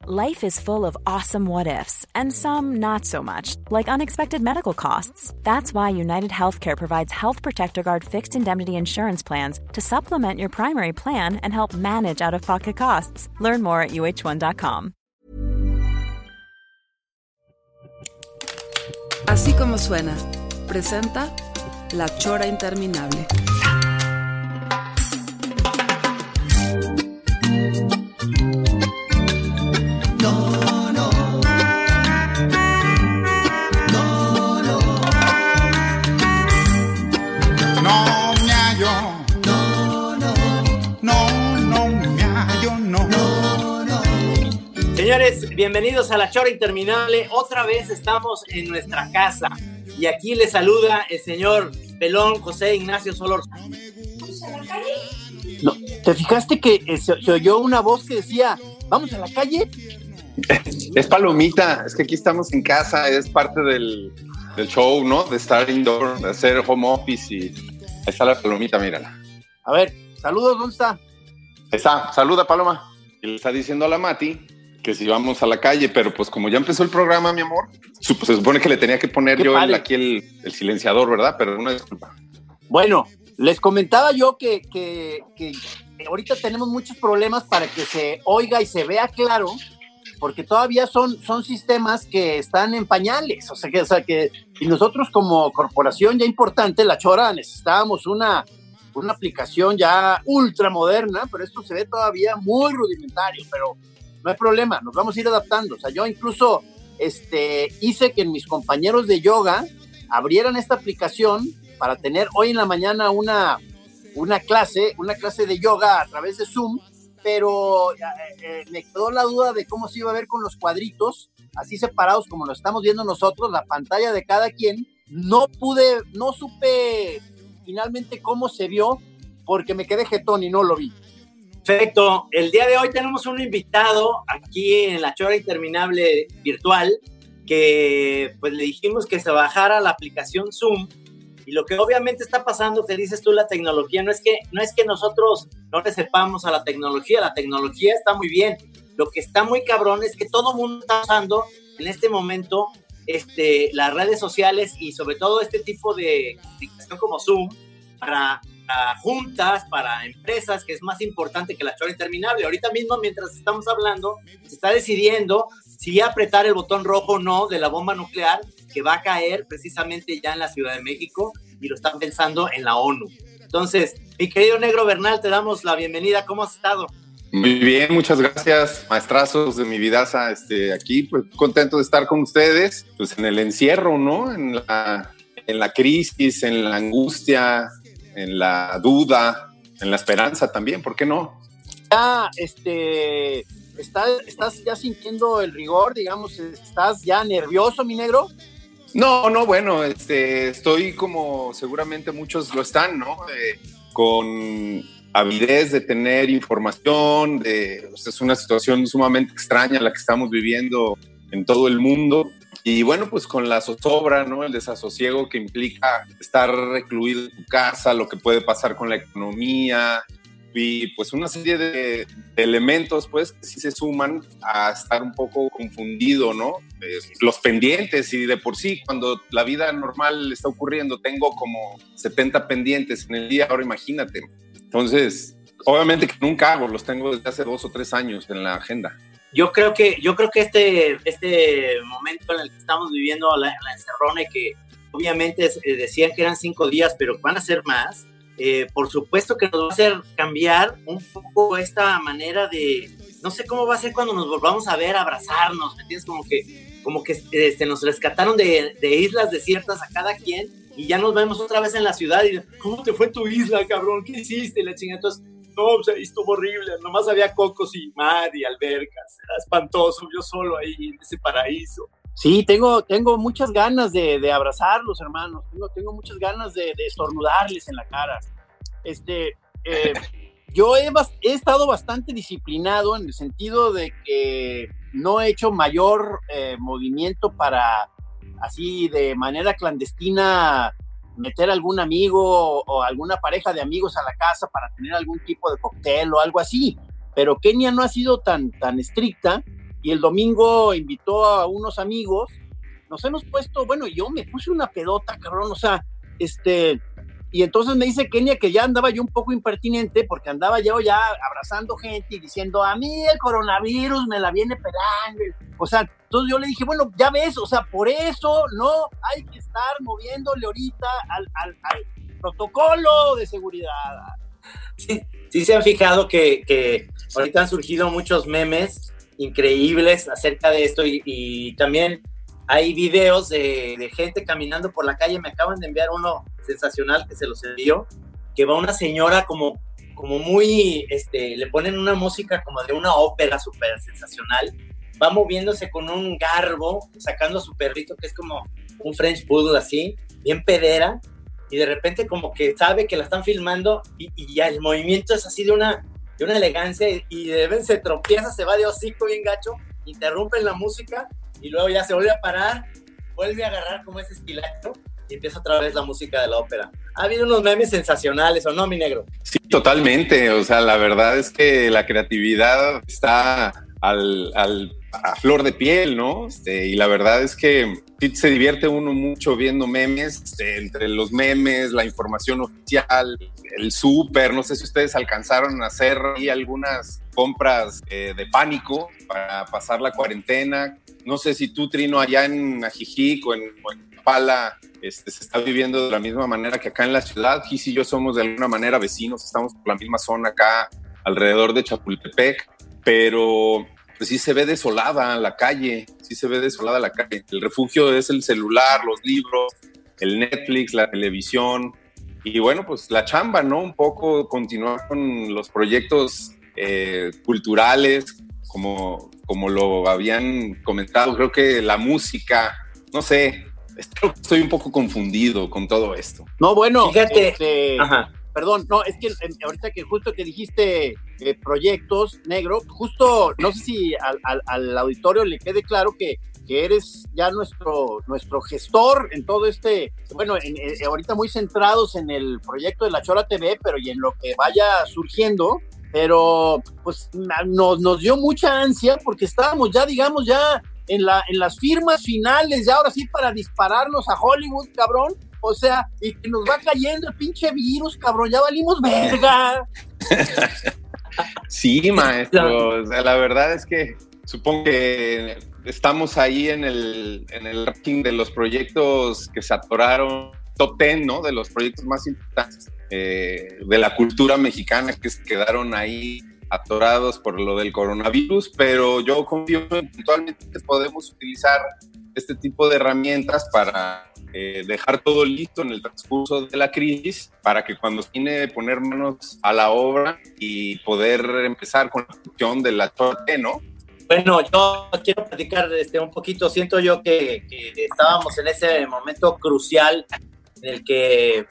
Life is full of awesome what-ifs, and some not so much, like unexpected medical costs. That's why United Healthcare provides Health Protector Guard fixed indemnity insurance plans to supplement your primary plan and help manage out-of-pocket costs. Learn more at uh1.com. Así como suena, presenta La Chora Interminable. Señores, bienvenidos a La Chora Interminable. Otra vez estamos en nuestra casa y aquí les saluda el señor Pelón José Ignacio Solórzano. No, ¿te fijaste que se oyó una voz que decía, vamos a la calle? Es Palomita, es que aquí estamos en casa, es parte del show, ¿no? De estar indoor, de hacer home office y ahí está la Palomita, mírala. A ver, saludos, ¿dónde está? Está, saluda Paloma. Y le está diciendo a la Mati que si vamos a la calle, pero pues como ya empezó el programa, mi amor, se supone que le tenía que poner yo aquí el silenciador, ¿verdad? Pero una disculpa. Bueno, les comentaba yo que ahorita tenemos muchos problemas para que se oiga y se vea claro, porque todavía son sistemas que están en pañales, o sea que y nosotros como corporación ya importante, La Chora, necesitábamos una aplicación ya ultra moderna, pero esto se ve todavía muy rudimentario, pero no hay problema, nos vamos a ir adaptando. O sea, yo incluso hice que mis compañeros de yoga abrieran esta aplicación para tener hoy en la mañana una clase de yoga a través de Zoom, pero me quedó la duda de cómo se iba a ver con los cuadritos, así separados como lo estamos viendo nosotros, la pantalla de cada quien. No supe finalmente cómo se vio, porque me quedé jetón y no lo vi. Perfecto, el día de hoy tenemos un invitado aquí en La Chora Interminable virtual, que pues le dijimos que se bajara la aplicación Zoom, y lo que obviamente está pasando, que dices tú, la tecnología, no es que nosotros no le sepamos a la tecnología está muy bien, lo que está muy cabrón es que todo el mundo está usando en este momento las redes sociales y sobre todo este tipo de aplicación como Zoom para juntas, para empresas, que es más importante que La Chora Interminable. Ahorita mismo, mientras estamos hablando, se está decidiendo si apretar el botón rojo o no de la bomba nuclear que va a caer precisamente ya en la Ciudad de México, y lo están pensando en la ONU. Entonces, mi querido Negro Bernal, te damos la bienvenida. ¿Cómo has estado? Muy bien, muchas gracias, maestrazos de mi vidaza, aquí, pues contento de estar con ustedes, pues en el encierro, ¿no? En la crisis, en la angustia, en la duda, en la esperanza también, ¿por qué no? Ya, ¿estás ya sintiendo el rigor, digamos? ¿Estás ya nervioso, mi negro? No, bueno, estoy como seguramente muchos lo están, ¿no? Con avidez de tener información, es una situación sumamente extraña la que estamos viviendo en todo el mundo. Y bueno, pues con la zozobra, ¿no? El desasosiego que implica estar recluido en tu casa, lo que puede pasar con la economía y pues una serie de elementos, pues, que sí se suman a estar un poco confundido, ¿no? Los pendientes, y de por sí, cuando la vida normal está ocurriendo, tengo como 70 pendientes en el día, ahora imagínate. Entonces, obviamente que nunca hago, los tengo desde hace 2 o 3 años en la agenda. Yo creo que este momento en el que estamos viviendo, la encerrona, y que obviamente decían que eran 5 días, pero van a ser más, por supuesto que nos va a hacer cambiar un poco esta manera de, no sé cómo va a ser cuando nos volvamos a ver, abrazarnos, ¿me entiendes? Como que nos rescataron de islas desiertas a cada quien, y ya nos vemos otra vez en la ciudad, y ¿cómo te fue tu isla, cabrón? ¿Qué hiciste? La chingada. Entonces, no, pues ahí estuvo horrible, nomás había cocos y mar y albercas, era espantoso, yo solo ahí en ese paraíso. Sí, tengo muchas ganas de abrazarlos, hermanos, tengo muchas ganas de estornudarles en la cara. Yo he estado bastante disciplinado en el sentido de que no he hecho mayor movimiento para, así de manera clandestina, meter algún amigo o alguna pareja de amigos a la casa para tener algún tipo de cóctel o algo así, pero Kenia no ha sido tan estricta, y el domingo invitó a unos amigos. Nos hemos puesto, bueno, yo me puse una pedota, cabrón, o sea, y entonces me dice Kenia que ya andaba yo un poco impertinente porque andaba yo ya abrazando gente y diciendo, a mí el coronavirus me la viene pelando. O sea, entonces yo le dije, bueno, ya ves, o sea, por eso no hay que estar moviéndole ahorita al protocolo de seguridad. Sí se han fijado que ahorita han surgido muchos memes increíbles acerca de esto y también hay videos de gente caminando por la calle. Me acaban de enviar uno sensacional que se los envió, que va una señora como muy, le ponen una música como de una ópera súper sensacional, va moviéndose con un garbo, sacando a su perrito que es como un French Poodle así, bien pedera, y de repente como que sabe que la están filmando y ya el movimiento es así de una elegancia y de repente se tropieza, se va de hocico bien gacho, interrumpen la música y luego ya se vuelve a parar, vuelve a agarrar como ese estilacho y empieza otra vez la música de la ópera. Ha habido unos memes sensacionales, ¿o no, mi negro? Sí, totalmente. O sea, la verdad es que la creatividad está a flor de piel, ¿no? Y la verdad es que sí se divierte uno mucho viendo memes, entre los memes, la información oficial, el súper. No sé si ustedes alcanzaron a hacer ahí algunas compras de pánico para pasar la cuarentena. No sé si tú, Trino, allá en Ajijic o en Chapala se está viviendo de la misma manera que acá en la ciudad. Gis y yo somos de alguna manera vecinos, estamos por la misma zona acá alrededor de Chapultepec, pero pues sí se ve desolada la calle, El refugio es el celular, los libros, el Netflix, la televisión y bueno, pues la chamba, ¿no? Un poco continuar con los proyectos culturales, como lo habían comentado. Creo que la música, no sé, estoy un poco confundido con todo esto. No, bueno, fíjate, perdón, no, es que ahorita que justo que dijiste proyectos, negro, justo, no sé si al auditorio le quede claro que eres ya nuestro gestor en todo bueno, ahorita muy centrados en el proyecto de La Chora TV, pero y en lo que vaya surgiendo, pero pues nos dio mucha ansia porque estábamos ya, digamos, ya en las firmas finales, ya ahora sí para dispararnos a Hollywood, cabrón. O sea, y que nos va cayendo el pinche virus, cabrón, ya valimos verga. Sí, maestro, o sea, la verdad es que supongo que estamos ahí en el ranking de los proyectos que se atoraron, top 10, ¿no? De los proyectos más importantes de la cultura mexicana que se quedaron ahí atorados por lo del coronavirus, pero yo confío en que eventualmente podemos utilizar este tipo de herramientas para dejar todo listo en el transcurso de la crisis, para que cuando tiene poner manos a la obra y poder empezar con la producción de La Chora, ¿no? Bueno, yo quiero platicar un poquito. Siento yo que estábamos en ese momento crucial en el que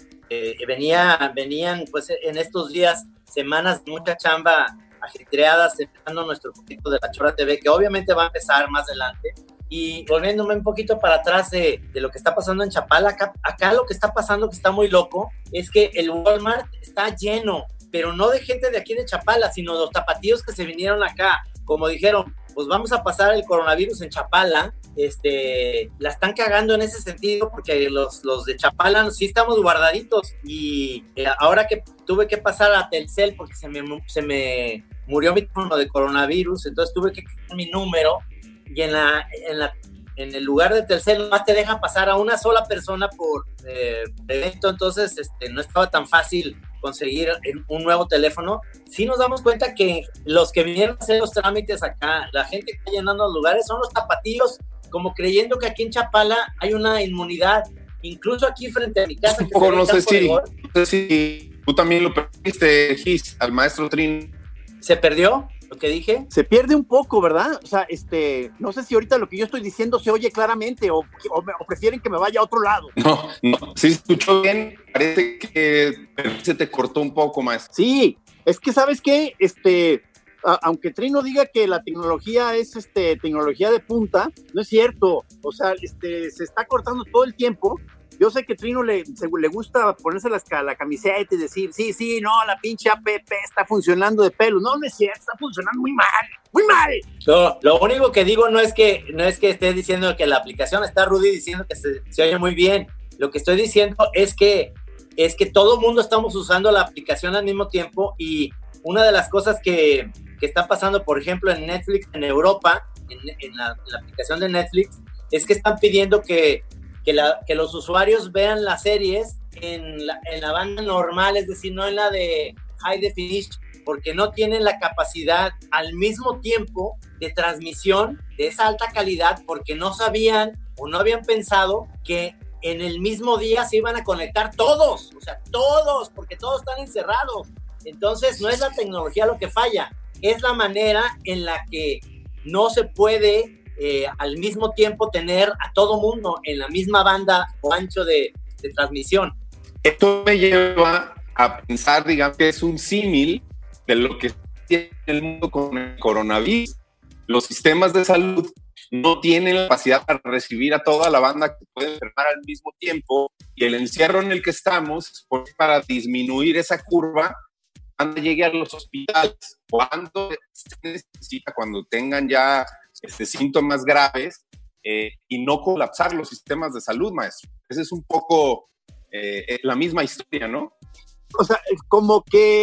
venían pues en estos días, semanas de mucha chamba ajetreadas, empezando nuestro proyecto de La Chora TV, que obviamente va a empezar más adelante. Y volviéndome un poquito para atrás de lo que está pasando en Chapala, acá lo que está pasando, que está muy loco, es que el Walmart está lleno, pero no de gente de aquí de Chapala, sino los tapatíos que se vinieron acá. Como dijeron, pues vamos a pasar el coronavirus en Chapala, la están cagando en ese sentido, porque los de Chapala sí estamos guardaditos, y ahora que tuve que pasar a Telcel porque se me murió mi teléfono de coronavirus, entonces tuve que quitar mi número, y en el lugar de Telcel nomás te dejan pasar a una sola persona por evento, entonces no estaba tan fácil conseguir un nuevo teléfono. Sí nos damos cuenta que los que vinieron a hacer los trámites acá, la gente que está llenando los lugares, son los tapatíos, como creyendo que aquí en Chapala hay una inmunidad, incluso aquí frente a mi casa. No sé si tú también lo perdiste, Gis, al maestro Trin. ¿Se perdió lo que dije? Se pierde un poco, ¿verdad? O sea, no sé si ahorita lo que yo estoy diciendo se oye claramente o prefieren que me vaya a otro lado. No, sí se escuchó bien, parece que se te cortó un poco más. Sí, es que ¿sabes qué? Aunque Trino diga que la tecnología es tecnología de punta, no es cierto. O sea, se está cortando todo el tiempo. Yo sé que Trino le gusta ponerse la camiseta y decir, sí, no, la pinche APP está funcionando de pelo. No es cierto, está funcionando muy mal. muy mal. No, lo único que digo no es que estés diciendo que la aplicación está, Rudy, diciendo que se oye muy bien. Lo que estoy diciendo es que todo el mundo estamos usando la aplicación al mismo tiempo, y una de las cosas que está pasando, por ejemplo, en Netflix, en Europa, en la aplicación de Netflix, es que están pidiendo que los usuarios vean las series en la banda normal, es decir, no en la de High Definition, porque no tienen la capacidad al mismo tiempo de transmisión de esa alta calidad, porque no sabían o no habían pensado que en el mismo día se iban a conectar todos, o sea, todos, porque todos están encerrados. Entonces, no es la tecnología lo que falla, es la manera en la que no se puede al mismo tiempo tener a todo mundo en la misma banda o ancho de transmisión. Esto me lleva a pensar, digamos, que es un símil de lo que tiene el mundo con el coronavirus. Los sistemas de salud no tienen la capacidad para recibir a toda la banda que puede enfermar al mismo tiempo, y el encierro en el que estamos es para disminuir esa curva cuando llegue a los hospitales, cuando se necesita, cuando tengan ya síntomas graves, y no colapsar los sistemas de salud, maestro. Esa es un poco la misma historia, ¿no? O sea, como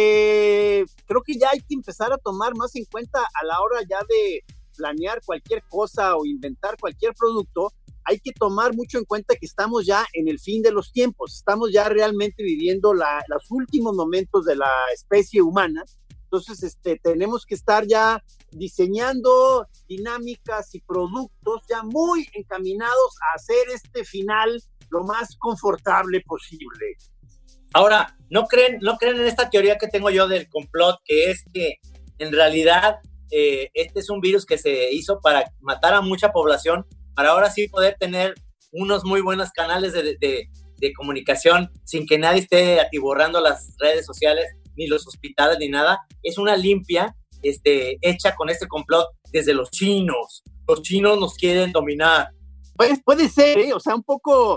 que creo que ya hay que empezar a tomar más en cuenta a la hora ya de planear cualquier cosa o inventar cualquier producto. Hay que tomar mucho en cuenta que estamos ya en el fin de los tiempos, estamos ya realmente viviendo los últimos momentos de la especie humana. Entonces, tenemos que estar ya diseñando dinámicas y productos ya muy encaminados a hacer este final lo más confortable posible. Ahora, ¿no creen en esta teoría que tengo yo del complot, que es que en realidad este es un virus que se hizo para matar a mucha población, para ahora sí poder tener unos muy buenos canales de comunicación sin que nadie esté atiborrando las redes sociales, ni los hospitales, ni nada? Es una limpia hecha con este complot desde los chinos. Los chinos nos quieren dominar. Pues puede ser, o sea, un poco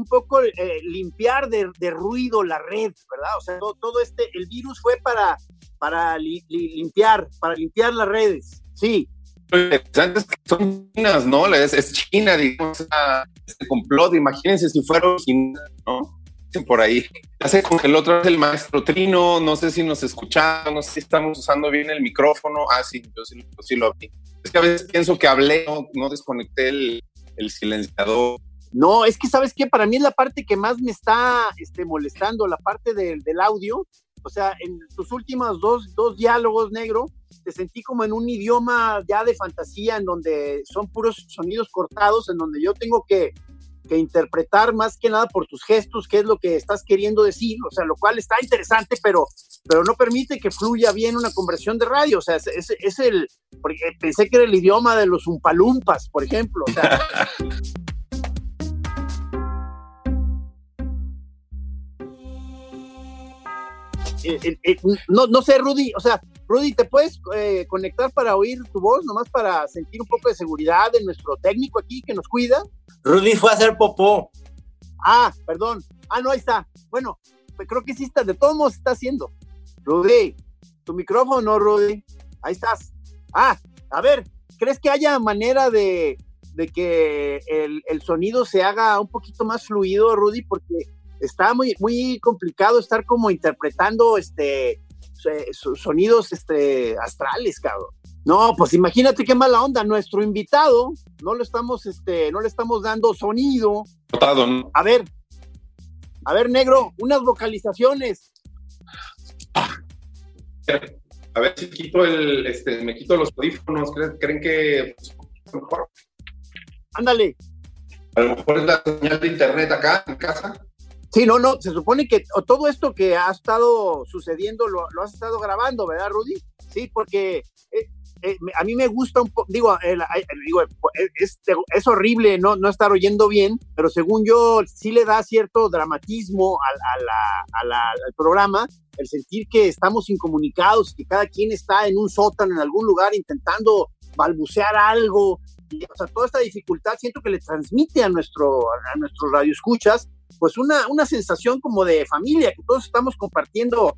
limpiar de ruido la red, ¿verdad? O sea, todo el virus fue para limpiar las redes, sí. Lo interesante es que son chinas, ¿no? Es China, digamos, este complot. Imagínense si fuera original, ¿no? Por ahí. Ya sé, con el otro es el maestro Trino, no sé si nos escucharon, no sé si estamos usando bien el micrófono. Ah, sí, yo sí lo abrí. Es que a veces pienso que hablé, no desconecté el silenciador. No, es que, ¿sabes qué? Para mí es la parte que más me está molestando, la parte del audio. O sea, en tus últimos dos diálogos, negro, te sentí como en un idioma ya de fantasía, en donde son puros sonidos cortados, en donde yo tengo que interpretar más que nada por tus gestos qué es lo que estás queriendo decir, o sea, lo cual está interesante, pero no permite que fluya bien una conversión de radio. O sea, porque pensé que era el idioma de los umpalumpas, por ejemplo, o sea. No sé, Rudy, o sea, Rudy, ¿te puedes conectar para oír tu voz, nomás para sentir un poco de seguridad de nuestro técnico aquí que nos cuida? Rudy fue a hacer popó. Ah, perdón. Ah, no, ahí está. Bueno, pues creo que sí está, de todos modos está haciendo. Rudy, tu micrófono, Rudy. Ahí estás. Ah, a ver, ¿crees que haya manera de que el sonido se haga un poquito más fluido, Rudy? Porque está muy, muy complicado estar como interpretando sonidos astrales, cabrón. No, pues imagínate qué mala onda. Nuestro invitado no le estamos dando sonido. Notado, ¿no? A ver, negro, unas vocalizaciones. A ver si me quito los audífonos. ¿Creen que mejor? Ándale. A lo mejor es la señal de internet acá en casa. Sí, no, se supone que todo esto que ha estado sucediendo lo has estado grabando, ¿verdad, Rudy? Sí, porque a mí me gusta un poco, es horrible no estar oyendo bien, pero según yo sí le da cierto dramatismo al programa, el sentir que estamos incomunicados, que cada quien está en un sótano, en algún lugar, intentando balbucear algo. O sea, toda esta dificultad siento que le transmite a nuestros radioescuchas pues una sensación como de familia, que todos estamos compartiendo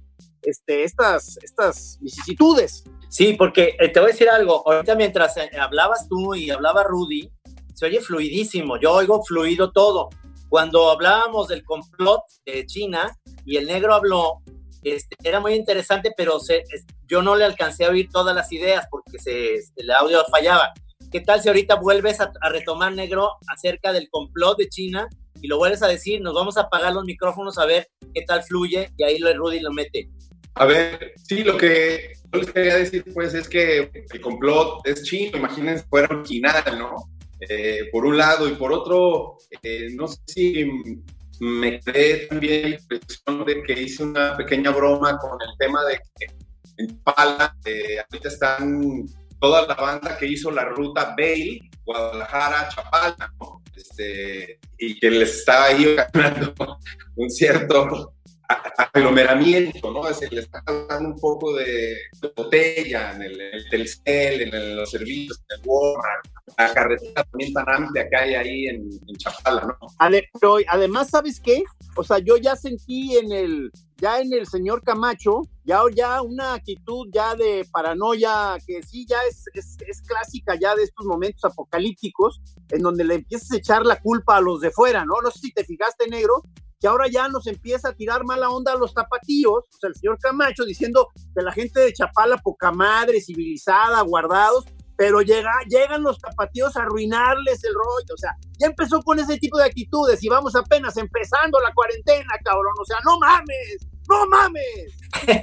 estas vicisitudes. Sí, porque te voy a decir algo, ahorita mientras hablabas tú y hablaba Rudy, se oye fluidísimo, yo oigo fluido todo. Cuando hablábamos del complot de China y el negro habló, era muy interesante, pero yo no le alcancé a oír todas las ideas porque el audio fallaba. ¿Qué tal si ahorita vuelves a retomar, negro, acerca del complot de China y lo vuelves a decir? Nos vamos a apagar los micrófonos a ver qué tal fluye y ahí Rudy lo mete. A ver, sí, lo que yo les quería decir pues es que el complot es chino, imagínense fuera original, ¿no? Por un lado, y por otro, no sé si me quedé también la impresión de que hice una pequeña broma con el tema de que en Chapala ahorita están toda la banda que hizo la ruta Bail, Guadalajara, Chapala, ¿no? Y que les está ahí ocasionando un cierto aglomeramiento, ¿no? Se le está dando un poco de botella en el Telcel, en los servicios, en el Walmart, la carretera también tan amplia que hay ahí en Chapala, ¿no? Pero además, ¿sabes qué? O sea, yo ya sentí en el señor Camacho, ya una actitud ya de paranoia que sí ya es clásica ya de estos momentos apocalípticos, en donde le empiezas a echar la culpa a los de fuera, ¿no? No sé si te fijaste, negro, que ahora ya nos empieza a tirar mala onda a los tapatíos, o sea, el señor Camacho diciendo que la gente de Chapala, poca madre, civilizada, guardados, pero llegan los tapatíos a arruinarles el rollo, o sea, ya empezó con ese tipo de actitudes y vamos apenas empezando la cuarentena, cabrón, o sea, ¡no mames!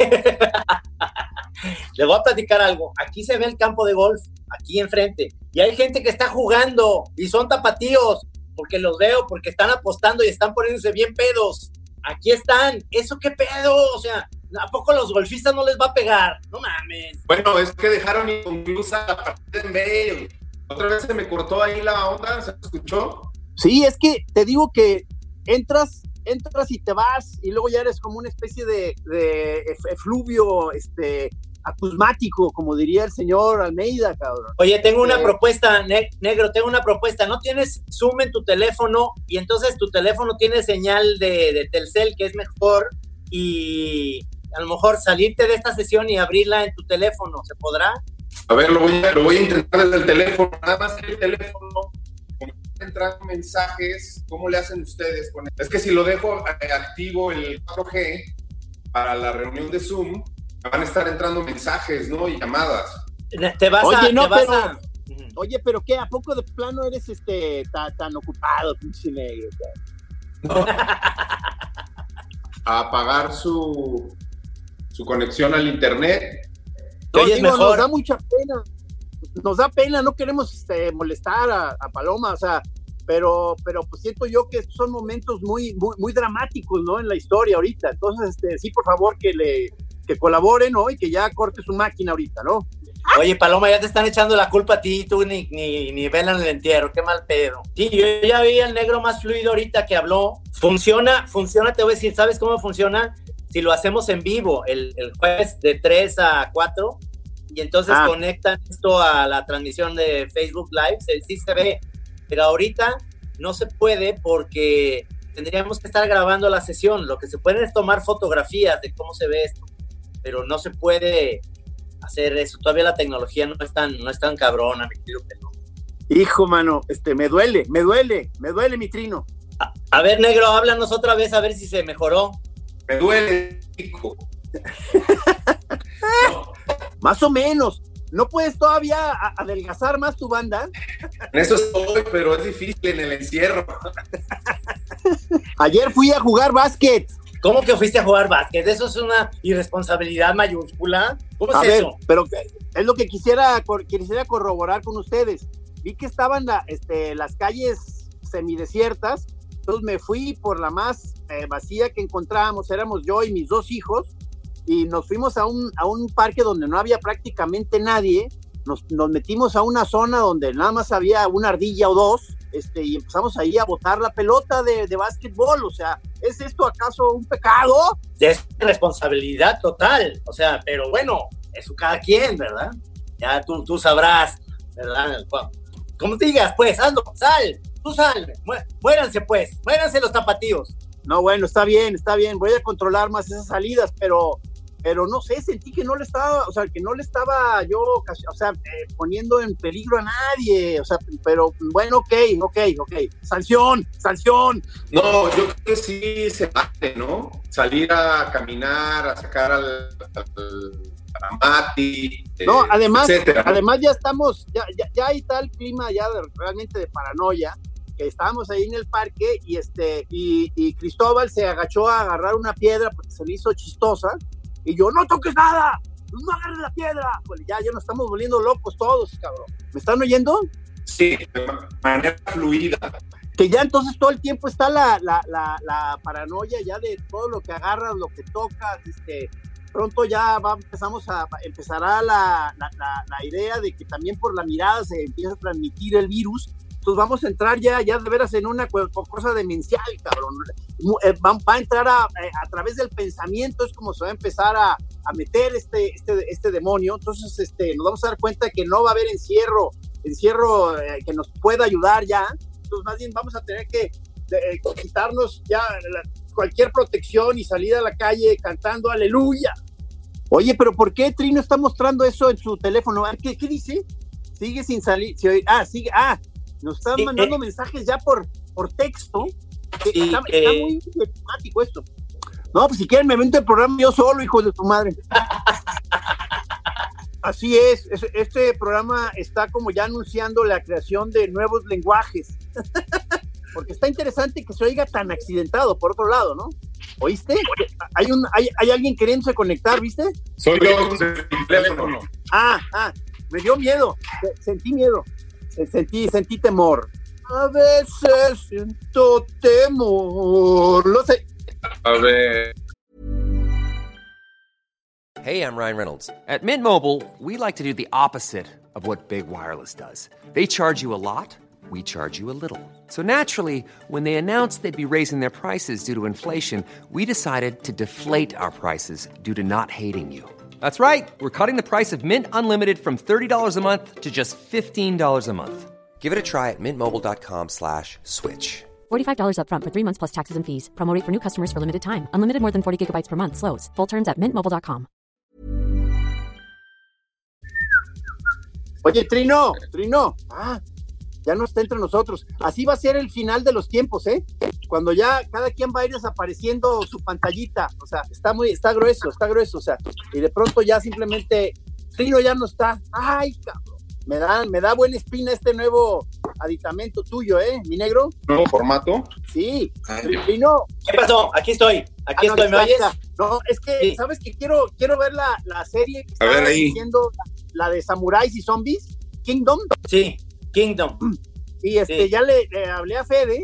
Les voy a platicar algo, aquí se ve el campo de golf, aquí enfrente, y hay gente que está jugando, y son tapatíos, porque los veo, porque están apostando y están poniéndose bien pedos. Aquí están. ¿Eso qué pedo? O sea, ¿a poco a los golfistas no les va a pegar? No mames. Bueno, es que dejaron inconclusa la partida en Bale. Otra vez se me cortó ahí la onda, ¿se escuchó? Sí, es que te digo que entras y te vas y luego ya eres como una especie de efluvio, acusmático, como diría el señor Almeida, cabrón. Oye, tengo una propuesta, negro, tengo una propuesta. ¿No tienes Zoom en tu teléfono y entonces tu teléfono tiene señal de Telcel, que es mejor, y a lo mejor salirte de esta sesión y abrirla en tu teléfono? ¿Se podrá? A ver, lo voy a intentar desde el teléfono. Nada más en el teléfono, como entran mensajes, ¿cómo le hacen ustedes con eso? Es que si lo dejo activo el 4G para la reunión de Zoom, van a estar entrando mensajes, ¿no? Y llamadas. Oye, pero ¿qué? ¿A poco de plano eres tan ocupado, pinche negro? No. A apagar su conexión al internet. Nos da mucha pena. Nos da pena, no queremos molestar a Paloma, o sea, pero pues siento yo que estos son momentos muy, muy, muy dramáticos, ¿no? En la historia ahorita. Entonces, sí, por favor, que colabore, ¿no? Y que ya corte su máquina ahorita, ¿no? Oye, Paloma, ya te están echando la culpa a ti, tú ni velan el entierro, qué mal pedo. Sí, yo ya vi al negro más fluido ahorita que habló. Funciona, te voy a decir, ¿sabes cómo funciona? Si lo hacemos en vivo, el jueves de 3 a 4, y entonces conectan esto a la transmisión de Facebook Live, sí se ve, pero ahorita no se puede porque tendríamos que estar grabando la sesión. Lo que se pueden es tomar fotografías de cómo se ve esto, pero no se puede hacer eso. Todavía la tecnología no es tan cabrona, mi querido Pelón. Hijo, mano, me duele mi trino. A ver, negro, háblanos otra vez a ver si se mejoró. Me duele, hijo. No. Más o menos. ¿No puedes todavía adelgazar más tu banda? En eso estoy, pero es difícil en el encierro. Ayer fui a jugar básquet. ¿Cómo que fuiste a jugar básquet? ¿Eso es una irresponsabilidad mayúscula? ¿Cómo es eso? Pero es lo que quisiera corroborar con ustedes. Vi que estaban las calles semidesiertas, entonces me fui por la más vacía que encontrábamos. Éramos yo y mis 2 hijos, y nos fuimos a un parque donde no había prácticamente nadie. Nos metimos a una zona donde nada más había una ardilla o 2, y empezamos ahí a botar la pelota de básquetbol. O sea, ¿es esto acaso un pecado? Es responsabilidad total, o sea, pero bueno, eso cada quien, ¿verdad? Ya tú sabrás, ¿verdad? Como digas, pues, hazlo, tú sal, muéranse los tapatíos. No, bueno, está bien, voy a controlar más esas salidas, pero pero no sé, sentí que no le estaba, o sea, que no le estaba yo, o sea, poniendo en peligro a nadie, o sea, pero bueno, ok, sanción. No, yo creo que sí se vale, ¿no? Salir a caminar, a sacar a Mati, no, además, etcétera, ¿no? Además ya estamos, ya hay tal clima ya realmente de paranoia, que estábamos ahí en el parque y Cristóbal se agachó a agarrar una piedra porque se le hizo chistosa, y yo, no toques nada, no agarres la piedra. Pues ya nos estamos volviendo locos todos, cabrón. ¿Me están oyendo? Sí, de manera fluida. Que ya entonces todo el tiempo está la paranoia ya de todo lo que agarras, lo que tocas, pronto ya empezará la idea de que también por la mirada se empieza a transmitir el virus. Entonces vamos a entrar ya de veras en una cosa demencial, cabrón. Va a entrar a través del pensamiento, es como se va a empezar a meter este demonio. Entonces nos vamos a dar cuenta que no va a haber encierro que nos pueda ayudar ya. Entonces más bien vamos a tener que quitarnos ya cualquier protección y salir a la calle cantando aleluya. Oye, pero ¿por qué Trino está mostrando eso en su teléfono? ¿Qué dice? Sigue sin salir. Sigue. Nos están mandando mensajes ya por texto. Está muy temático esto. No, pues si quieren me vente el programa yo solo, hijos de tu madre. Así es, este programa está como ya anunciando la creación de nuevos lenguajes. Porque está interesante que se oiga tan accidentado, por otro lado, ¿no? ¿Oíste? Hay alguien queriéndose conectar, ¿viste? Soy yo con el teléfono. Me dio miedo, sentí miedo. Sentí temor. A veces siento temor. Lo sé. A ver. Hey, I'm Ryan Reynolds. At Mint Mobile, we like to do the opposite of what Big Wireless does. They charge you a lot, we charge you a little. So naturally, when they announced they'd be raising their prices due to inflation, we decided to deflate our prices due to not hating you. That's right. We're cutting the price of Mint Unlimited from $30 a month to just $15 a month. Give it a try at mintmobile.com/switch. $45 up front for 3 months plus taxes and fees. Promo rate for new customers for limited time. Unlimited more than 40 gigabytes per month. Slows full terms at mintmobile.com. Oye, Trino. Ya no está entre nosotros. Así va a ser el final de los tiempos, ¿eh? Cuando ya cada quien va a ir desapareciendo su pantallita. O sea, está grueso. O sea, y de pronto ya simplemente Trino ya no está. Ay, cabrón. Me da buena espina este nuevo aditamento tuyo, mi negro. ¿Nuevo formato? Sí. Trino. ¿Qué pasó? Aquí estoy, ¿me oyes? No, es que, sí. ¿Sabes qué? Quiero ver la serie que estaba diciendo, la de samuráis y zombies, Kingdom. Sí, Kingdom. Y sí. Ya le hablé a Fede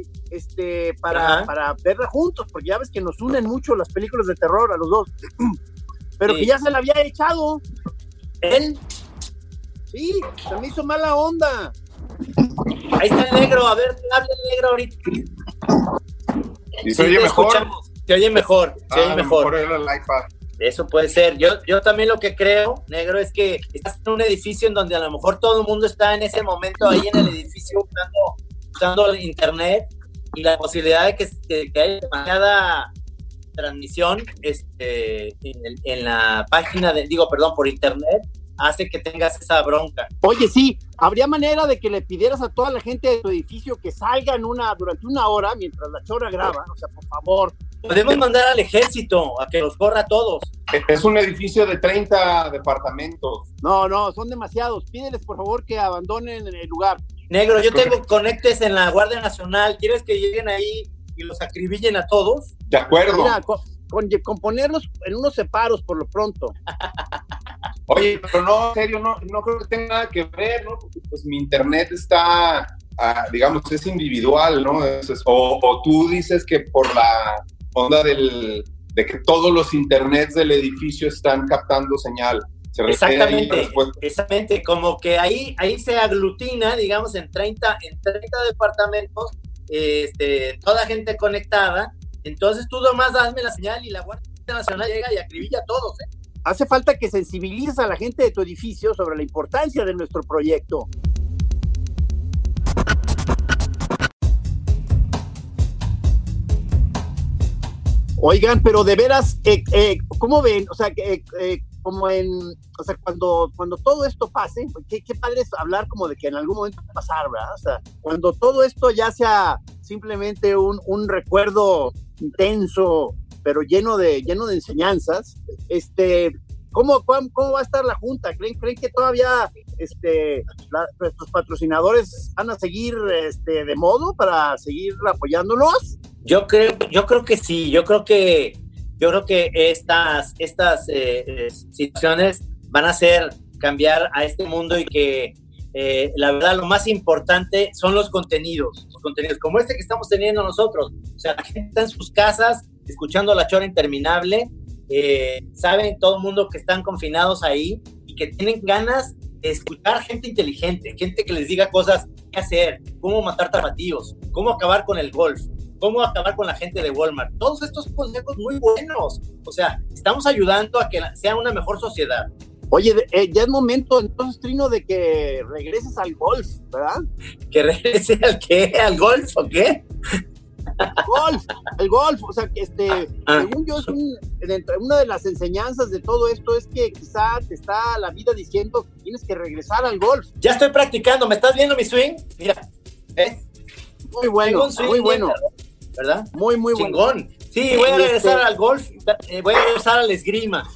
para verla juntos, porque ya ves que nos unen mucho las películas de terror a los dos. Pero sí. Que ya se la había echado. ¿Él? Sí, se me hizo mala onda. Ahí está el negro, a ver, hable el negro ahorita. ¿Y se oye mejor? Se oye mejor, mejor era el iPad. Eso puede ser. Yo también lo que creo, negro, es que estás en un edificio en donde a lo mejor todo el mundo está en ese momento ahí en el edificio usando el internet, y la posibilidad de que haya demasiada transmisión en la página por internet, hace que tengas esa bronca. Oye, sí, ¿habría manera de que le pidieras a toda la gente de tu edificio que salgan durante una hora mientras la chora graba? O sea, por favor. Podemos mandar al ejército a que los corra a todos. Es un edificio de 30 departamentos. No, son demasiados. Pídeles, por favor, que abandonen el lugar. Negro, yo tengo conectes en la Guardia Nacional. ¿Quieres que lleguen ahí y los acribillen a todos? De acuerdo. Mira, con ponerlos en unos separos por lo pronto. Oye, pero no, en serio, no creo que tenga nada que ver, ¿no? Porque pues mi internet está, digamos, es individual, ¿no? O tú dices que por la onda de que todos los internets del edificio están captando señal. Exactamente, como que ahí se aglutina, digamos, en 30 departamentos, toda gente conectada. Entonces tú nomás hazme la señal y la Guardia Nacional llega y acribilla a todos, Hace falta que sensibilices a la gente de tu edificio sobre la importancia de nuestro proyecto. Oigan, pero de veras, ¿cómo ven? O sea, cuando todo esto pase, qué padre es hablar como de que en algún momento va a pasar, ¿verdad? O sea, cuando todo esto ya sea simplemente un recuerdo intenso, pero lleno de enseñanzas, ¿cómo va a estar la Junta? ¿Creen que todavía nuestros patrocinadores van a seguir de modo para seguir apoyándolos? Yo creo que sí, yo creo que estas situaciones van a hacer cambiar a este mundo y que la verdad lo más importante son los contenidos como este que estamos teniendo nosotros. O sea, la gente está en sus casas escuchando La Chora Interminable, saben todo el mundo que están confinados ahí y que tienen ganas de escuchar gente inteligente, gente que les diga cosas qué hacer, cómo matar tapatíos, cómo acabar con el golf, cómo acabar con la gente de Walmart. Todos estos consejos muy buenos. O sea, estamos ayudando a que sea una mejor sociedad. Oye, ya es momento entonces, Trino, de que regreses al golf, ¿verdad? ¿Que regrese al qué? ¿Al golf o qué? El golf, o sea, según yo, una de las enseñanzas de todo esto es que quizá te está la vida diciendo que tienes que regresar al golf. Ya estoy practicando, ¿me estás viendo mi swing? Mira, muy bueno, muy bueno. ¿Verdad? Muy, muy chingón. Bueno. Sí, voy a regresar al golf, voy a regresar al esgrima.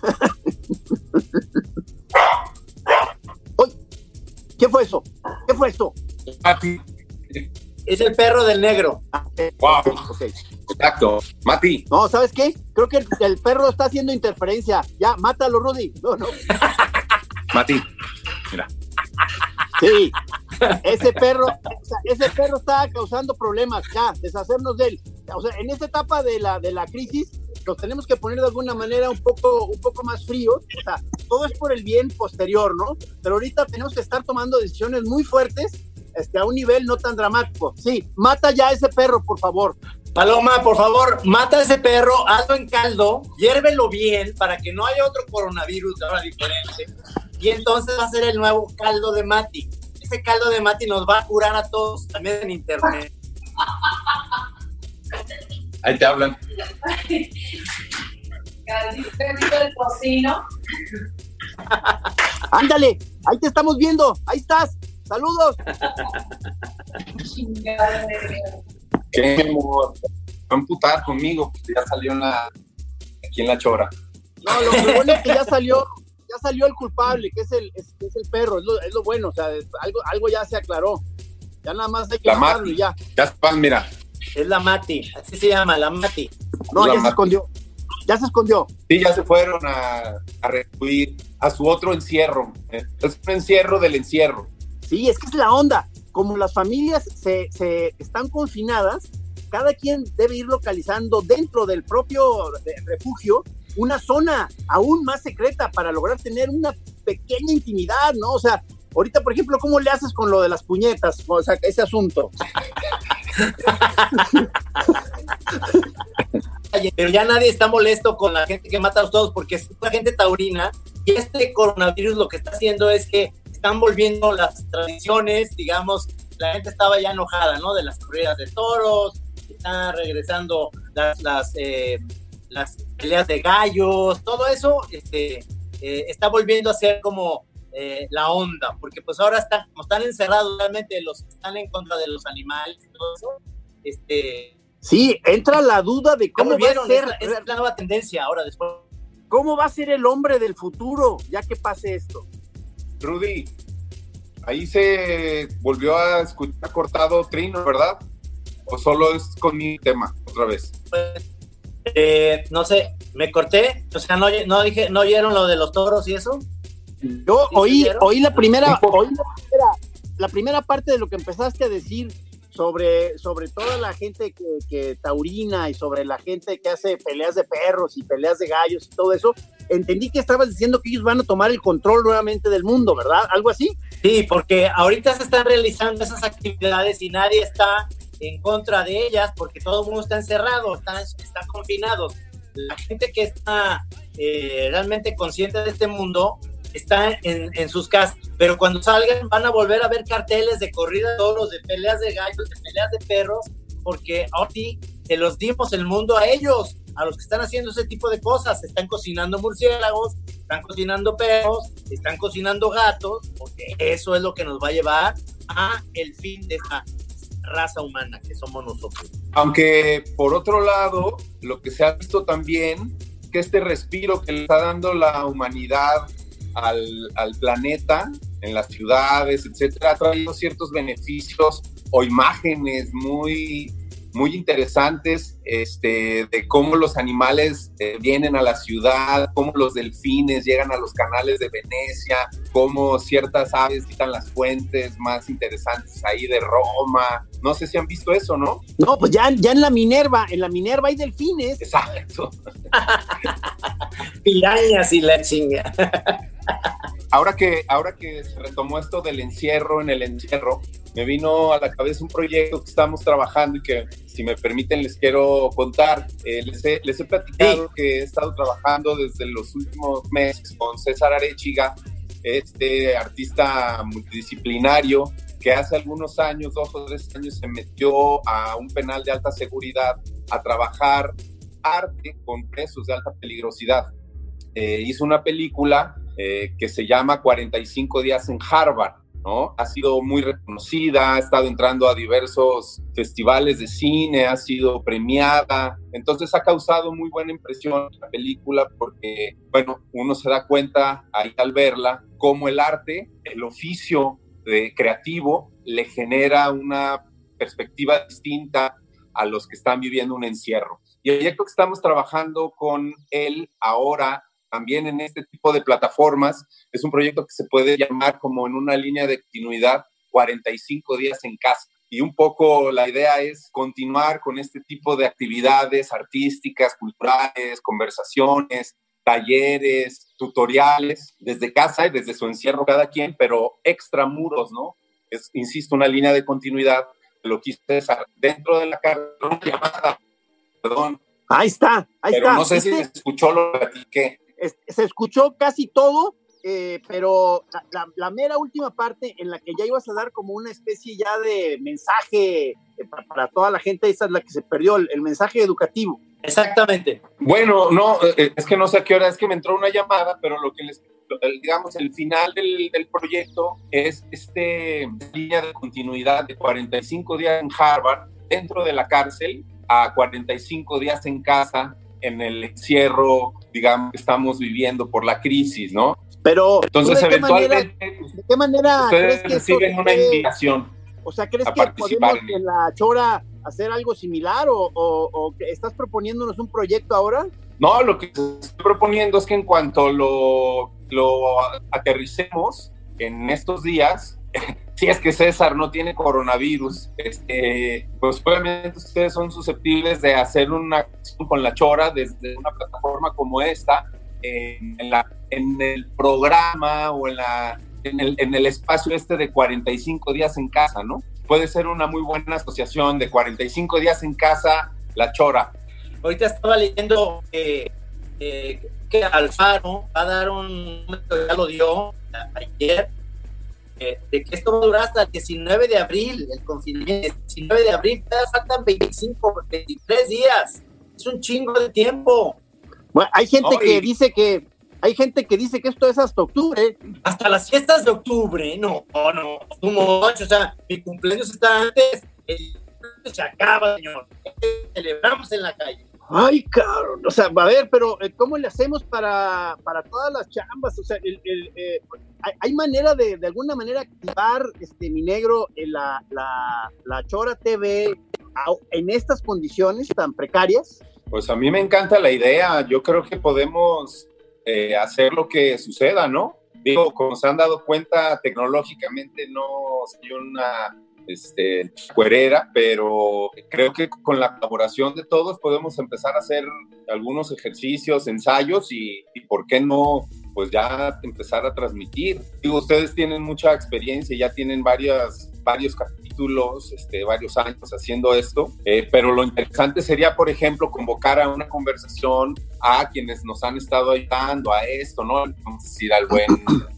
Oye, ¿qué fue eso? Mati. Es el perro del negro. Wow. Okay. Exacto. Mati. No, ¿sabes qué? Creo que el perro está haciendo interferencia. Ya, mátalo, Rudy. No. Mati, mira. Sí, ese perro está causando problemas, ya, deshacernos de él. O sea, en esta etapa de la crisis, nos tenemos que poner de alguna manera un poco más fríos. O sea, todo es por el bien posterior, ¿no? Pero ahorita tenemos que estar tomando decisiones muy fuertes, a un nivel no tan dramático. Sí, mata ya a ese perro, por favor. Paloma, por favor, mata a ese perro, hazlo en caldo, hiérvelo bien para que no haya otro coronavirus de ahora diferente. Y entonces va a ser el nuevo caldo de Mati. Ese caldo de Mati nos va a curar a todos, también en internet. Ahí te hablan. Caldito del tocino. Ándale, ahí te estamos viendo, ahí estás. Saludos. Qué amor. Va a amputar conmigo, ya salió aquí en La Chora. No, lo bueno es que ya salió el culpable, que es el perro, es lo bueno, o sea, algo ya se aclaró. Ya nada más hay que matarlo y ya. Ya está, mira. Es la Mati, así se llama, la Mati. No, ya se escondió. Sí, ya se fueron a recluir a su otro encierro. Es un encierro del encierro. Sí, es que es la onda. Como las familias se están confinadas, cada quien debe ir localizando dentro del propio refugio una zona aún más secreta para lograr tener una pequeña intimidad, ¿no? O sea, ahorita, por ejemplo, ¿cómo le haces con lo de las puñetas? O sea, ese asunto. Pero ya nadie está molesto con la gente que mata a todos porque es una gente taurina y este coronavirus lo que está haciendo es que están volviendo las tradiciones, digamos, la gente estaba ya enojada, ¿no? De las corridas de toros, están regresando las peleas de gallos, todo eso está volviendo a ser como la onda, porque pues ahora como están encerrados realmente los que están en contra de los animales y todo eso, sí, entra la duda de cómo va a ser. Es la nueva tendencia ahora después. ¿Cómo va a ser el hombre del futuro ya que pase esto? Rudy, ahí se volvió a escuchar cortado Trino, ¿verdad? ¿O solo es con mi tema otra vez? Pues, no sé, me corté, o sea, no oyeron lo de los toros y eso. Yo oí la primera parte de lo que empezaste a decir sobre toda la gente que taurina y sobre la gente que hace peleas de perros y peleas de gallos y todo eso. Entendí que estabas diciendo que ellos van a tomar el control nuevamente del mundo, ¿verdad? ¿Algo así? Sí, porque ahorita se están realizando esas actividades y nadie está en contra de ellas porque todo el mundo está encerrado, están confinados. La gente que está realmente consciente de este mundo está en sus casas, pero cuando salgan van a volver a ver carteles de corrida de toros, de peleas de gallos, de peleas de perros, porque ahora sí se los dimos el mundo a ellos. a los que están haciendo ese tipo de cosas. Están cocinando murciélagos, están cocinando perros, están cocinando gatos, porque eso es lo que nos va a llevar a el fin de esta raza humana que somos nosotros. Aunque por otro lado, lo que se ha visto también, que este respiro que le está dando la humanidad al planeta, en las ciudades, etcétera, ha traído ciertos beneficios o imágenes muy, muy interesantes de cómo los animales vienen a la ciudad, cómo los delfines llegan a los canales de Venecia, cómo ciertas aves quitan las fuentes más interesantes ahí de Roma. No sé si han visto eso, ¿no? No, pues ya en la Minerva hay delfines. Exacto. Pirañas y la chinga. Ahora que se retomó esto del encierro, me vino a la cabeza un proyecto que estamos trabajando y que, si me permiten, les quiero contar. Les he platicado que he estado trabajando desde los últimos meses con César Arechiga, este artista multidisciplinario que hace algunos años, 2 o 3 años, se metió a un penal de alta seguridad a trabajar arte con presos de alta peligrosidad. Hizo una película que se llama 45 días en Harvard, ¿no? Ha sido muy reconocida, ha estado entrando a diversos festivales de cine, ha sido premiada, entonces ha causado muy buena impresión la película porque, bueno, uno se da cuenta ahí al verla cómo el arte, el oficio creativo, le genera una perspectiva distinta a los que están viviendo un encierro. Y el proyecto que estamos trabajando con él ahora, también en este tipo de plataformas, es un proyecto que se puede llamar como en una línea de continuidad 45 días en casa. Y un poco la idea es continuar con este tipo de actividades artísticas, culturales, conversaciones, talleres, tutoriales, desde casa y desde su encierro cada quien, pero extramuros, ¿no? Es, insisto, una línea de continuidad. Lo quise César dentro de la carrera llamada, perdón. Ahí está. Pero no sé si se escuchó lo que platiqué. Se escuchó casi todo, pero la mera última parte en la que ya ibas a dar como una especie ya de mensaje para toda la gente, esa es la que se perdió, el mensaje educativo. Exactamente. Bueno, no, es que no sé a qué hora, es que me entró una llamada, pero lo que digamos, el final del proyecto es línea de continuidad de 45 días en Harvard, dentro de la cárcel, a 45 días en casa, en el encierro, digamos, que estamos viviendo por la crisis, ¿no? Pero, entonces, eventualmente, ¿de qué manera ustedes reciben una invitación? O sea, ¿crees que podemos en la Chora hacer algo similar o estás proponiéndonos un proyecto ahora? No, lo que estoy proponiendo es que en cuanto lo aterricemos en estos días, si es que César no tiene coronavirus, pues obviamente ustedes son susceptibles de hacer una acción con la Chora desde una plataforma como esta, en el programa o en el espacio de 45 días en casa, ¿no? Puede ser una muy buena asociación de 45 días en casa, la Chora. Ahorita estaba leyendo que Alfaro va a dar ya lo dio ayer, de que esto va a durar hasta el 19 de abril, el confinamiento. El 19 de abril, faltan 23 días. Es un chingo de tiempo. Bueno, hay gente que dice que esto es hasta octubre. Hasta las fiestas de octubre, no, o sea, mi cumpleaños está antes, el cumpleaños se acaba, señor. Celebramos en la calle. Ay, cabrón, o sea, a ver, pero ¿cómo le hacemos para todas las chambas? O sea, ¿hay manera de alguna manera activar, mi negro, la Chora TV en estas condiciones tan precarias? Pues a mí me encanta la idea. Yo creo que podemos hacer lo que suceda, ¿no? Digo, como se han dado cuenta, tecnológicamente no soy una cuerera, pero creo que con la colaboración de todos podemos empezar a hacer algunos ejercicios, ensayos y ¿por qué no? Pues ya empezar a transmitir. Digo, ustedes tienen mucha experiencia, ya tienen varios capítulos, varios años haciendo esto, pero lo interesante sería, por ejemplo, convocar a una conversación a quienes nos han estado ayudando a esto, ¿no? Vamos a decir al buen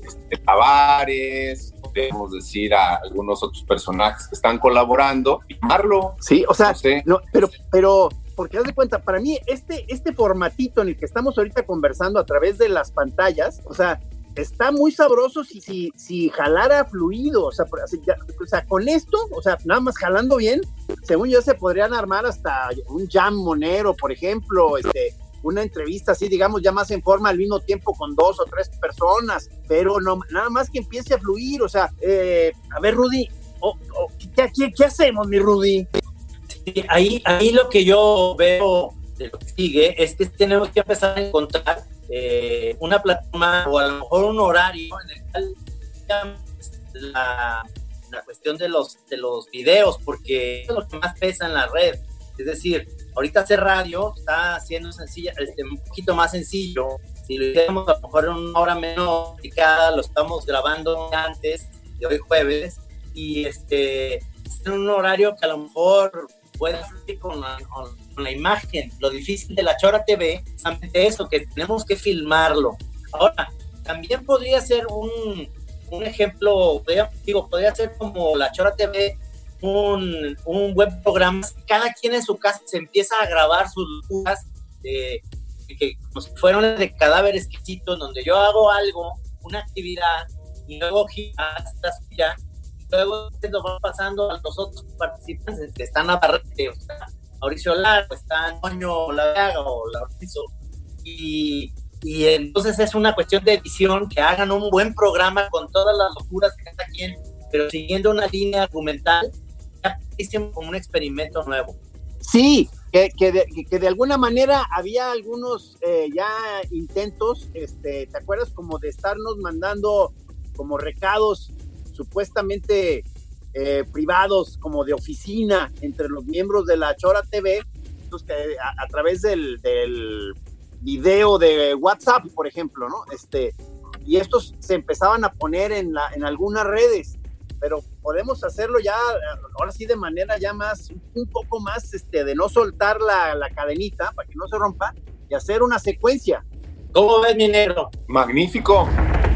Tavares, podemos decir a algunos otros personajes que están colaborando, y llamarlo. Sí, o sea, no sé. pero porque haz de cuenta, para mí este formatito en el que estamos ahorita conversando a través de las pantallas, o sea, está muy sabroso si jalara fluido, o sea, con esto, o sea, nada más jalando bien, según yo se podrían armar hasta un jam monero, por ejemplo, una entrevista así, digamos, ya más en forma al mismo tiempo con 2 o 3 personas, pero no, nada más que empiece a fluir, o sea, a ver, Rudy, ¿qué hacemos, mi Rudy? Sí, ahí lo que yo veo de lo que sigue es que tenemos que empezar a encontrar una plataforma o a lo mejor un horario en el cual la cuestión de los videos, porque es lo que más pesa en la red. Es decir, ahorita hacer radio está siendo sencilla, un poquito más sencillo. Si lo hiciéramos a lo mejor en una hora menos complicada, lo estamos grabando antes de hoy jueves, y en un horario que a lo mejor puede fluir con la imagen. Lo difícil de La Chora TV es solamente eso, que tenemos que filmarlo. Ahora, también podría ser un ejemplo, podría ser como La Chora TV, un buen programa. Cada quien en su casa se empieza a grabar sus locuras, que como si fueron de Cadáver Exquisito, donde yo hago algo, una actividad, y luego hasta suya, luego nos va pasando a los otros participantes que están a Barrete, o sea, Mauricio Largo, está Antonio Laveaga o Laurizo, y entonces es una cuestión de edición, que hagan un buen programa con todas las locuras que cada quien, pero siguiendo una línea argumental, ya hicimos como un experimento nuevo. Sí, que de alguna manera había algunos ya intentos, ¿te acuerdas? Como de estarnos mandando como recados supuestamente privados, como de oficina, entre los miembros de La Chora TV, entonces, a través del video de WhatsApp, por ejemplo, ¿no? Y estos se empezaban a poner en algunas redes, pero podemos hacerlo ya, ahora sí, de manera ya más, un poco más, de no soltar la cadenita para que no se rompa, y hacer una secuencia. ¿Cómo ves, mi negro? Magnífico.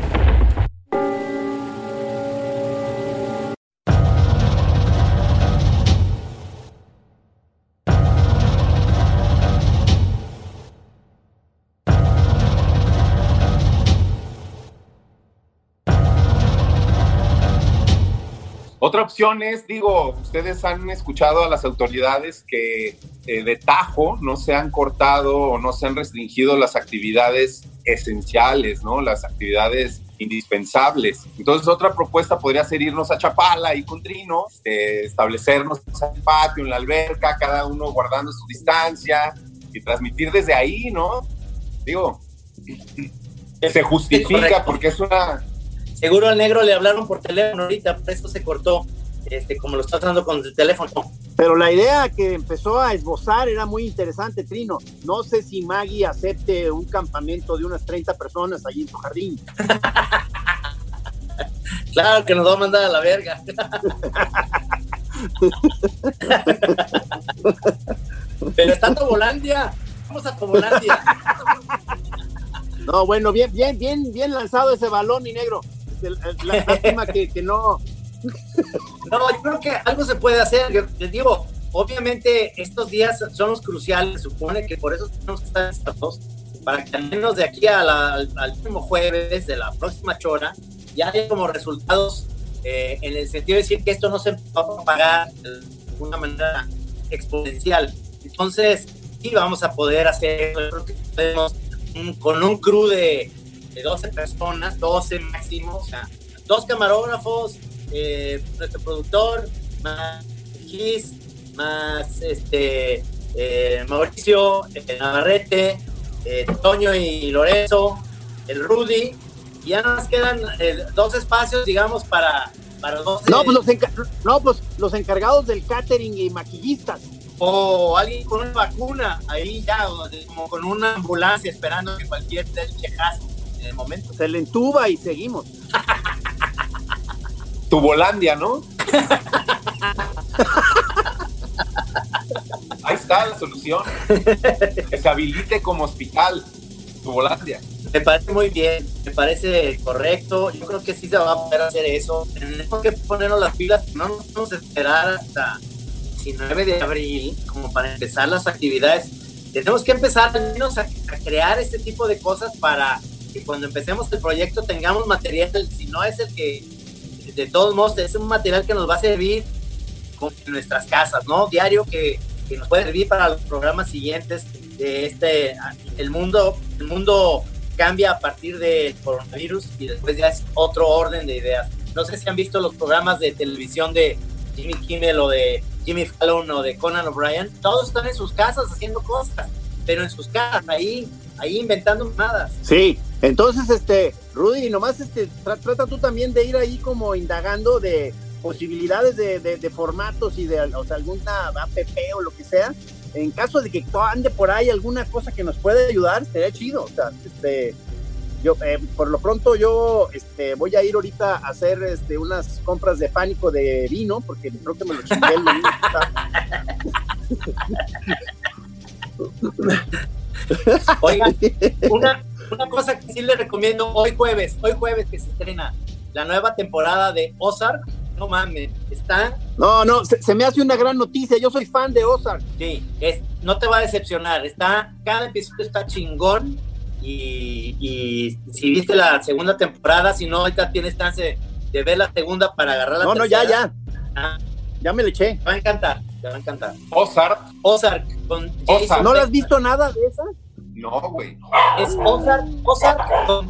Otra opción es, ustedes han escuchado a las autoridades que de tajo no se han cortado o no se han restringido las actividades esenciales, ¿no? Las actividades indispensables. Entonces, otra propuesta podría ser irnos a Chapala y con Trino, establecernos en el patio, en la alberca, cada uno guardando su distancia y transmitir desde ahí, ¿no? Se justifica porque es una... Seguro al negro le hablaron por teléfono ahorita, por eso se cortó, como lo está haciendo con el teléfono. Pero la idea que empezó a esbozar era muy interesante, Trino. No sé si Maggie acepte un campamento de unas 30 personas allí en su jardín. Claro que nos va a mandar a la verga. Pero está Tobolandia. Vamos a Tobolandia. No, bueno, bien lanzado ese balón, mi negro. La lástima que no. No, yo creo que algo se puede hacer. Yo les digo, obviamente estos días son los cruciales, se supone que por eso tenemos que estar listos, para que al menos de aquí al último jueves de la próxima chora ya haya como resultados, en el sentido de decir que esto no se va a propagar de una manera exponencial. Entonces, sí vamos a poder hacer, yo creo que podemos, con un crew de 12 personas, 12 máximo, o sea, 2 camarógrafos, nuestro productor, más Gis, más Mauricio, Navarrete, Toño y Lorenzo, el Rudy, y ya nos quedan 2 espacios, digamos, para 12. Pues los encargados del catering y maquillistas. O alguien con una vacuna, ahí ya, como con una ambulancia esperando que cualquier del chejazo en el momento. Se le entuba y seguimos. Tubolandia, ¿no? Ahí está la solución. Que se habilite como hospital. Tubolandia. Me parece muy bien, me parece correcto. Yo creo que sí se va a poder hacer eso. Tenemos que ponernos las pilas, no nos vamos a esperar hasta 19 de abril, como para empezar las actividades. Tenemos que empezar al menos a crear este tipo de cosas para que cuando empecemos el proyecto tengamos material. Si no es el que, de todos modos, es un material que nos va a servir en nuestras casas, ¿no? Diario que nos puede servir para los programas siguientes de el mundo cambia a partir del coronavirus y después ya es otro orden de ideas. No sé si han visto los programas de televisión de Jimmy Kimmel o de Jimmy Fallon o de Conan O'Brien. Todos están en sus casas haciendo cosas, pero en sus casas, ahí inventando mamadas. Sí, entonces, Rudy, nomás trata tú también de ir ahí como indagando de posibilidades de formatos y de, o sea, alguna app o lo que sea. En caso de que ande por ahí alguna cosa que nos pueda ayudar, sería chido. O sea, yo por lo pronto voy a ir ahorita a hacer unas compras de pánico de vino, porque creo que me lo chingué el domingo. Oiga, una cosa que sí les recomiendo, hoy jueves que se estrena la nueva temporada de Ozark. No mames, está... No, se me hace una gran noticia, yo soy fan de Ozark. Sí, no te va a decepcionar, cada episodio está chingón y si viste la segunda temporada, si no, ahorita tienes chance de ver la segunda para agarrar la tercera. Ya me le eché. Te va a encantar. Ozark con Jason. ¿No la has visto nada de esa? No, güey. Es Ozark con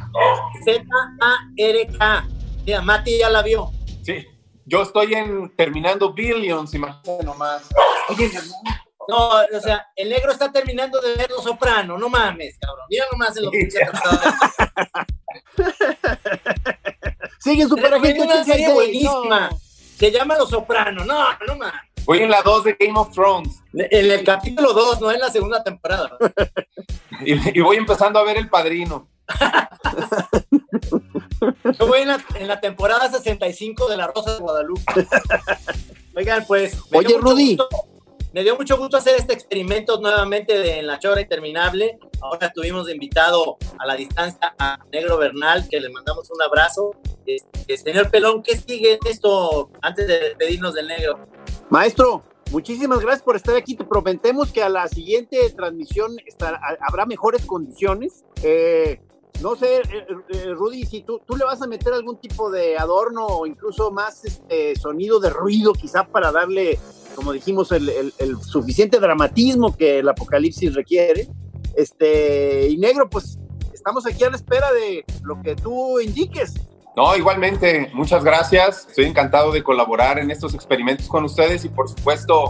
Z-A-R-K. Mira, Mati ya la vio. Sí, yo estoy terminando Billions, imagínate nomás. Oye, no, o sea, el negro está terminando de ver Los Soprano, no mames, cabrón. Mira nomás en lo que se Sigue Super Agente una serie 86. buenísima. No. Se llama Los Soprano. No mames. Voy en la 2 de Game of Thrones. En el capítulo 2, no en la segunda temporada. Y voy empezando a ver El Padrino. Yo voy en la temporada 65 de La Rosa de Guadalupe. Oigan, pues. Oye, Rudy. Me dio mucho gusto hacer este experimento nuevamente en La Chora Interminable. Ahora tuvimos de invitado a la distancia a Negro Bernal, que le mandamos un abrazo. Señor Pelón, ¿qué sigue en esto antes de despedirnos del Negro? Maestro, muchísimas gracias por estar aquí. Te prometemos que a la siguiente transmisión habrá mejores condiciones. No sé, Rudy, si tú le vas a meter algún tipo de adorno o incluso más sonido de ruido, quizá para darle, como dijimos, el suficiente dramatismo que el apocalipsis requiere. Y Negro, pues estamos aquí a la espera de lo que tú indiques. No, igualmente, muchas gracias. Estoy encantado de colaborar en estos experimentos con ustedes y por supuesto...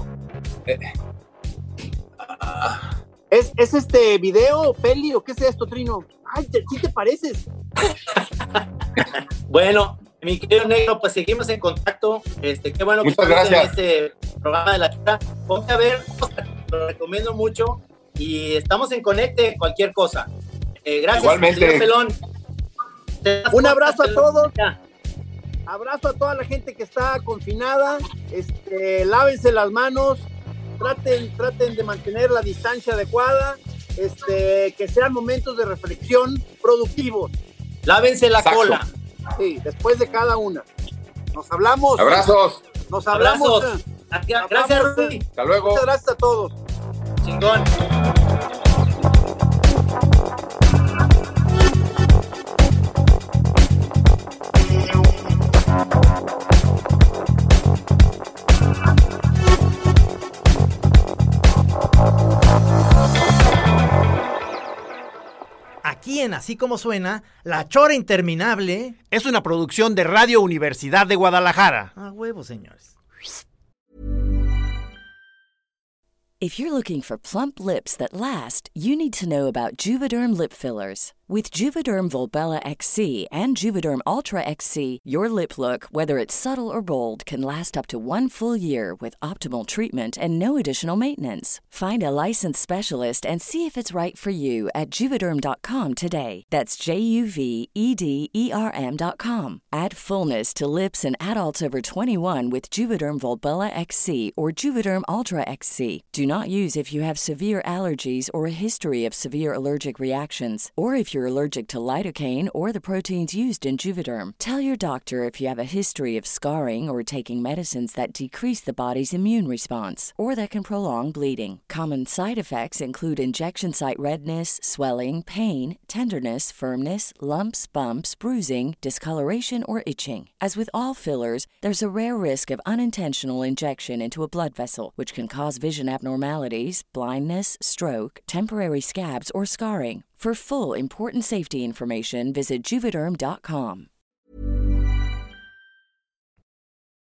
¿Es video, peli o qué es esto, Trino? Ay, sí te pareces. Bueno, mi querido Negro, pues seguimos en contacto. Qué bueno que estás en este programa de La Chora. Ponte a ver, lo recomiendo mucho y estamos en Conecte, cualquier cosa. Gracias, igualmente. señor Pelón. Un abrazo a todos. Abrazo a toda la gente que está confinada. Lávense las manos. Traten de mantener la distancia adecuada. Que sean momentos de reflexión productivos. Lávense la cola. Sí, después de cada una. Nos hablamos. Abrazos. Nos hablamos. Gracias, Rudy. Hasta luego. Muchas gracias a todos. Chingón. Aquí en Así Como Suena, La Chora Interminable es una producción de Radio Universidad de Guadalajara. A huevo, señores. If you're looking for plump lips that last, you need to know about Juvederm lip fillers. With Juvederm Volbella XC and Juvederm Ultra XC, your lip look, whether it's subtle or bold, can last up to 1 full year with optimal treatment and no additional maintenance. Find a licensed specialist and see if it's right for you at Juvederm.com today. That's JUVEDERM.com. Add fullness to lips in adults over 21 with Juvederm Volbella XC or Juvederm Ultra XC. Do not use if you have severe allergies or a history of severe allergic reactions, or if you're you're allergic to lidocaine or the proteins used in Juvederm. Tell your doctor if you have a history of scarring or taking medicines that decrease the body's immune response or that can prolong bleeding. Common side effects include injection site redness, swelling, pain, tenderness, firmness, lumps, bumps, bruising, discoloration, or itching. As with all fillers, there's a rare risk of unintentional injection into a blood vessel, which can cause vision abnormalities, blindness, stroke, temporary scabs, or scarring. For full, important safety information, visit Juvederm.com.